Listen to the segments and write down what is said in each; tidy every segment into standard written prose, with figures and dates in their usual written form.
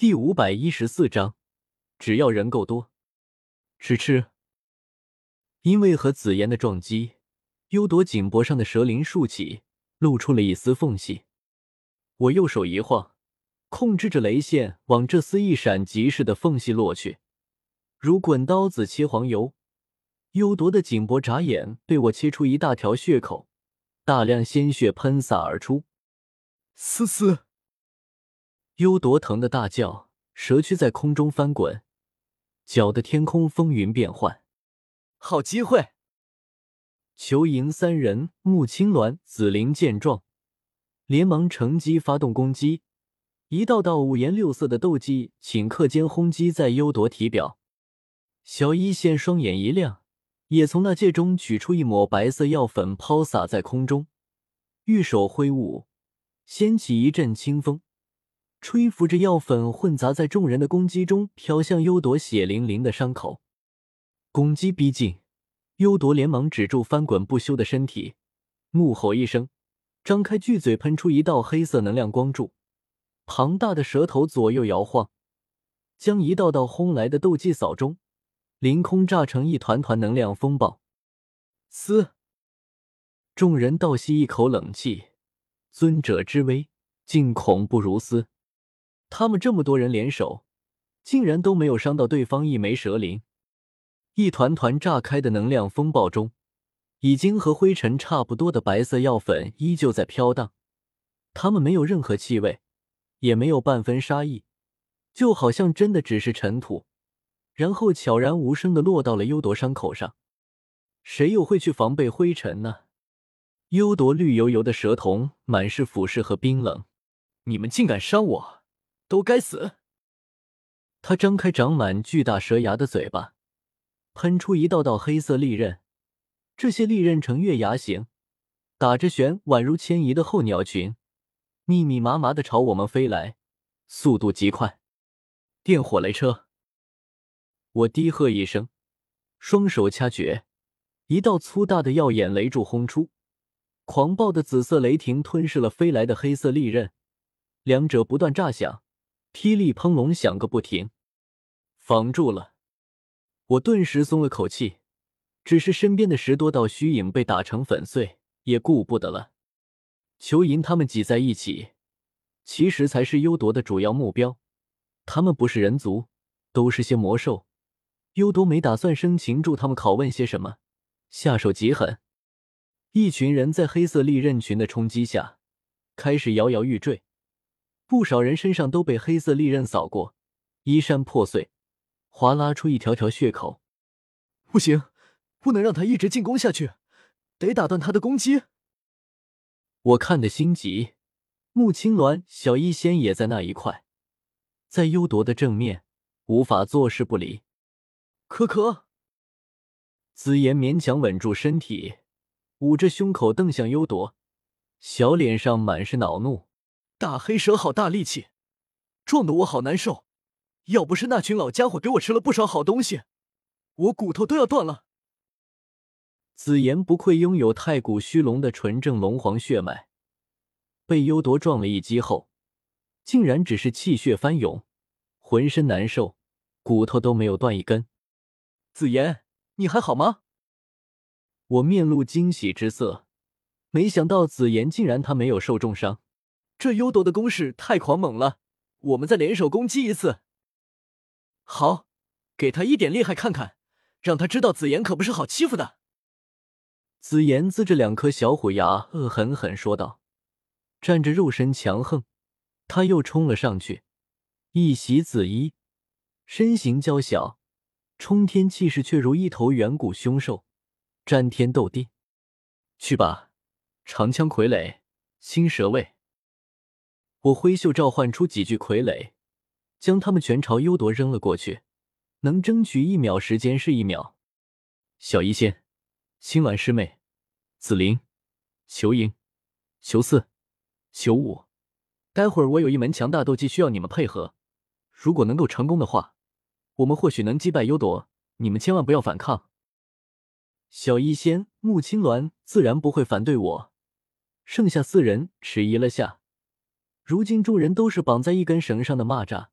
第514章，只要人够多。吃吃。因为和紫妍的撞击，幽铎颈脖上的蛇鳞竖起，露出了一丝缝隙。我右手一晃，控制着雷线往这丝一闪即逝的缝隙落去，如滚刀子切黄油。幽铎的颈脖眨眼被我切出一大条血口，大量鲜血喷洒而出。 嘶嘶！ 幽铎疼得大叫，蛇躯在空中翻滚，搅得天空风云变幻。 好机会！ 裘银三人、穆青鸾、紫菱见状，连忙乘机发动攻击，一道道五颜六色的斗技顷刻间轰击在幽铎体表。小一仙双眼一亮，也从那戒中取出一抹白色药粉抛洒在空中，玉手挥舞，掀起一阵清风，吹拂着药粉混杂在众人的攻击中，飘向幽铎血淋淋的伤口。攻击逼近，幽铎连忙止住翻滚不休的身体，怒吼一声，张开巨嘴喷出一道黑色能量光柱，庞大的舌头左右摇晃，将一道道轰来的斗技扫中，凌空炸成一团团能量风暴。嘶！众人倒吸一口冷气，尊者之威，竟恐怖如斯。他们这么多人联手，竟然都没有伤到对方一枚蛇鳞。一团团炸开的能量风暴中，已经和灰尘差不多的白色药粉依旧在飘荡，它们没有任何气味，也没有半分杀意，就好像真的只是尘土，然后悄然无声地落到了幽铎伤口上。谁又会去防备灰尘呢？幽铎绿油油的蛇瞳满是俯视和冰冷。 你们竟敢伤我，都该死！ 他张开长满巨大蛇牙的嘴巴，喷出一道道黑色利刃，这些利刃呈月牙形，打着旋，宛如牵移的候鸟群，密密麻麻地朝我们飞来，速度极快。电火雷车！我低喝一声，双手掐诀，一道粗大的耀眼雷柱轰出，狂暴的紫色雷霆吞噬了飞来的黑色利刃，两者不断炸响，霹雳砰隆响个不停。防住了！我顿时松了口气，只是身边的10多道虚影被打成粉碎，也顾不得了。裘银他们挤在一起，其实才是幽铎的主要目标。他们不是人族，都是些魔兽。幽铎没打算生擒住他们拷问些什么，下手极狠。一群人在黑色利刃群的冲击下，开始摇摇欲坠，不少人身上都被黑色利刃扫过，衣衫破碎，划拉出一条条血口。 不行，不能让他一直进攻下去，得打断他的攻击。 我看得心急，穆青鸾、小一仙也在那一块，在幽铎的正面，无法坐视不理。 可， 紫妍勉强稳住身体，捂着胸口瞪向幽铎，小脸上满是恼怒。 大黑蛇好大力气，撞得我好难受。要不是那群老家伙给我吃了不少好东西，我骨头都要断了。 紫妍不愧拥有太古虚龙的纯正龙皇血脉，被幽铎撞了一击后，竟然只是气血翻涌，浑身难受，骨头都没有断一根。 紫妍，你还好吗？ 我面露惊喜之色，没想到紫妍竟然他没有受重伤。 这幽铎的攻势太狂猛了，我们再联手攻击一次。好，给他一点厉害看看，让他知道紫妍可不是好欺负的。 紫妍呲着2颗小虎牙，恶狠狠说道。站着肉身强横，他又冲了上去，一袭紫衣，身形娇小，冲天气势却如一头远古凶兽，战天斗地。去吧，长枪傀儡，青蛇卫！我挥袖召唤出几具傀儡，将他们全朝幽铎扔了过去，能争取1秒时间是1秒。小一仙、青鸾师妹、紫菱、裘银、裘四、裘五，待会儿我有一门强大斗技需要你们配合，如果能够成功的话，我们或许能击败幽铎，你们千万不要反抗。小一仙、穆青鸾自然不会反对我，剩下4人迟疑了下。如今众人都是绑在一根绳上的蚂蚱，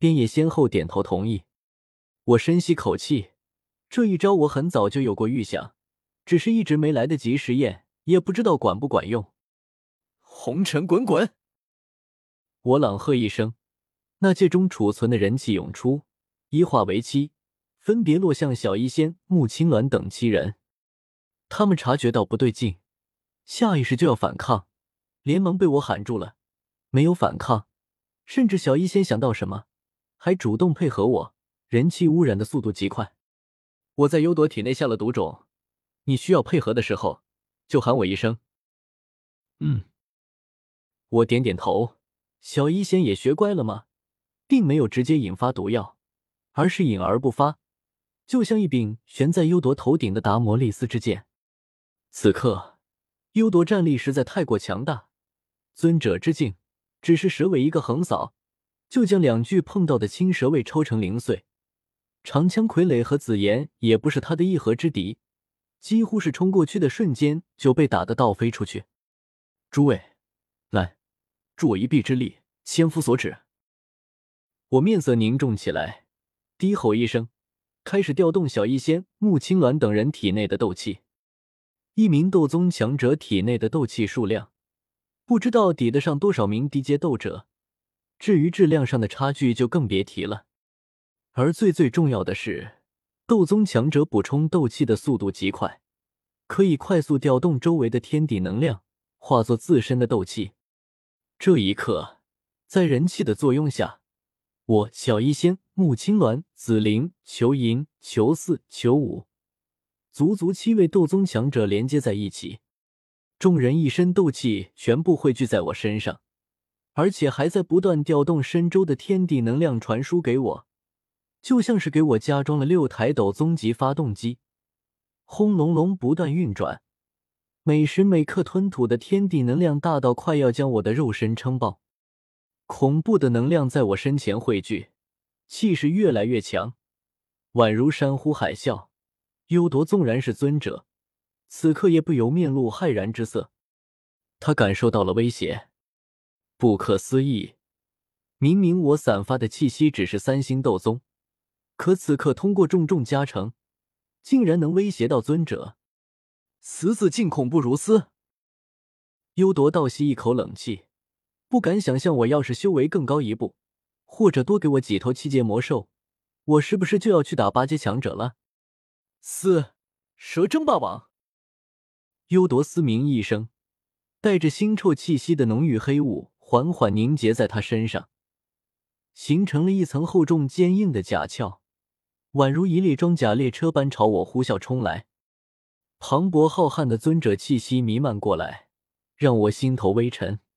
便也先后点头同意。我深吸口气，这一招我很早就有过预想，只是一直没来得及实验，也不知道管不管用。 红尘滚滚！ 我朗喝一声，那戒中储存的人气涌出，一化为七，分别落向小医仙、穆青鸾等7人。他们察觉到不对劲，下意识就要反抗，连忙被我喊住了，没有反抗，甚至小医仙想到什么，还主动配合我。人气污染的速度极快，我在幽铎体内下了毒种，你需要配合的时候，就喊我一声。我点点头。小医仙也学乖了吗？并没有直接引发毒药，而是隐而不发，就像一柄悬在幽铎头顶的达摩利斯之剑。此刻，幽铎战力实在太过强大，尊者之境只是蛇尾一个横扫，就将2具碰到的青蛇尾抽成零碎。长枪傀儡和紫炎也不是他的一合之敌，几乎是冲过去的瞬间就被打得倒飞出去。诸位，来，助我一臂之力，千夫所指。我面色凝重起来，低吼一声，开始调动小医仙、穆青鸾等人体内的斗气。一名斗宗强者体内的斗气数量，不知道抵得上多少名低阶斗者，至于质量上的差距就更别提了。而最重要的是，斗宗强者补充斗气的速度极快，可以快速调动周围的天地能量，化作自身的斗气。这一刻，在人气的作用下，我、小医仙、穆青鸾、紫菱、裘银、裘四、裘五，足足7位斗宗强者连接在一起，众人一身斗气全部汇聚在我身上，而且还在不断调动身周的天地能量传输给我，就像是给我加装了6台斗宗级发动机，轰隆隆不断运转，每时每刻吞吐的天地能量大到快要将我的肉身撑爆。恐怖的能量在我身前汇聚，气势越来越强，宛如山呼海啸。幽铎纵然是尊者，此刻也不由面露骇然之色。他感受到了威胁。不可思议，明明我散发的气息只是3星斗宗，可此刻通过重重加成，竟然能威胁到尊者。 此子竟恐怖如斯！ 幽铎倒吸一口冷气，不敢想象我要是修为更高一步，或者多给我几头7阶魔兽，我是不是就要去打8阶强者了？ 蛇争霸王！ 幽铎嘶鸣一声，带着腥臭气息的浓郁黑雾缓缓凝结在他身上，形成了一层厚重坚硬的甲壳，宛如一列装甲列车般朝我呼啸冲来。磅礴浩瀚的尊者气息弥漫过来，让我心头微沉。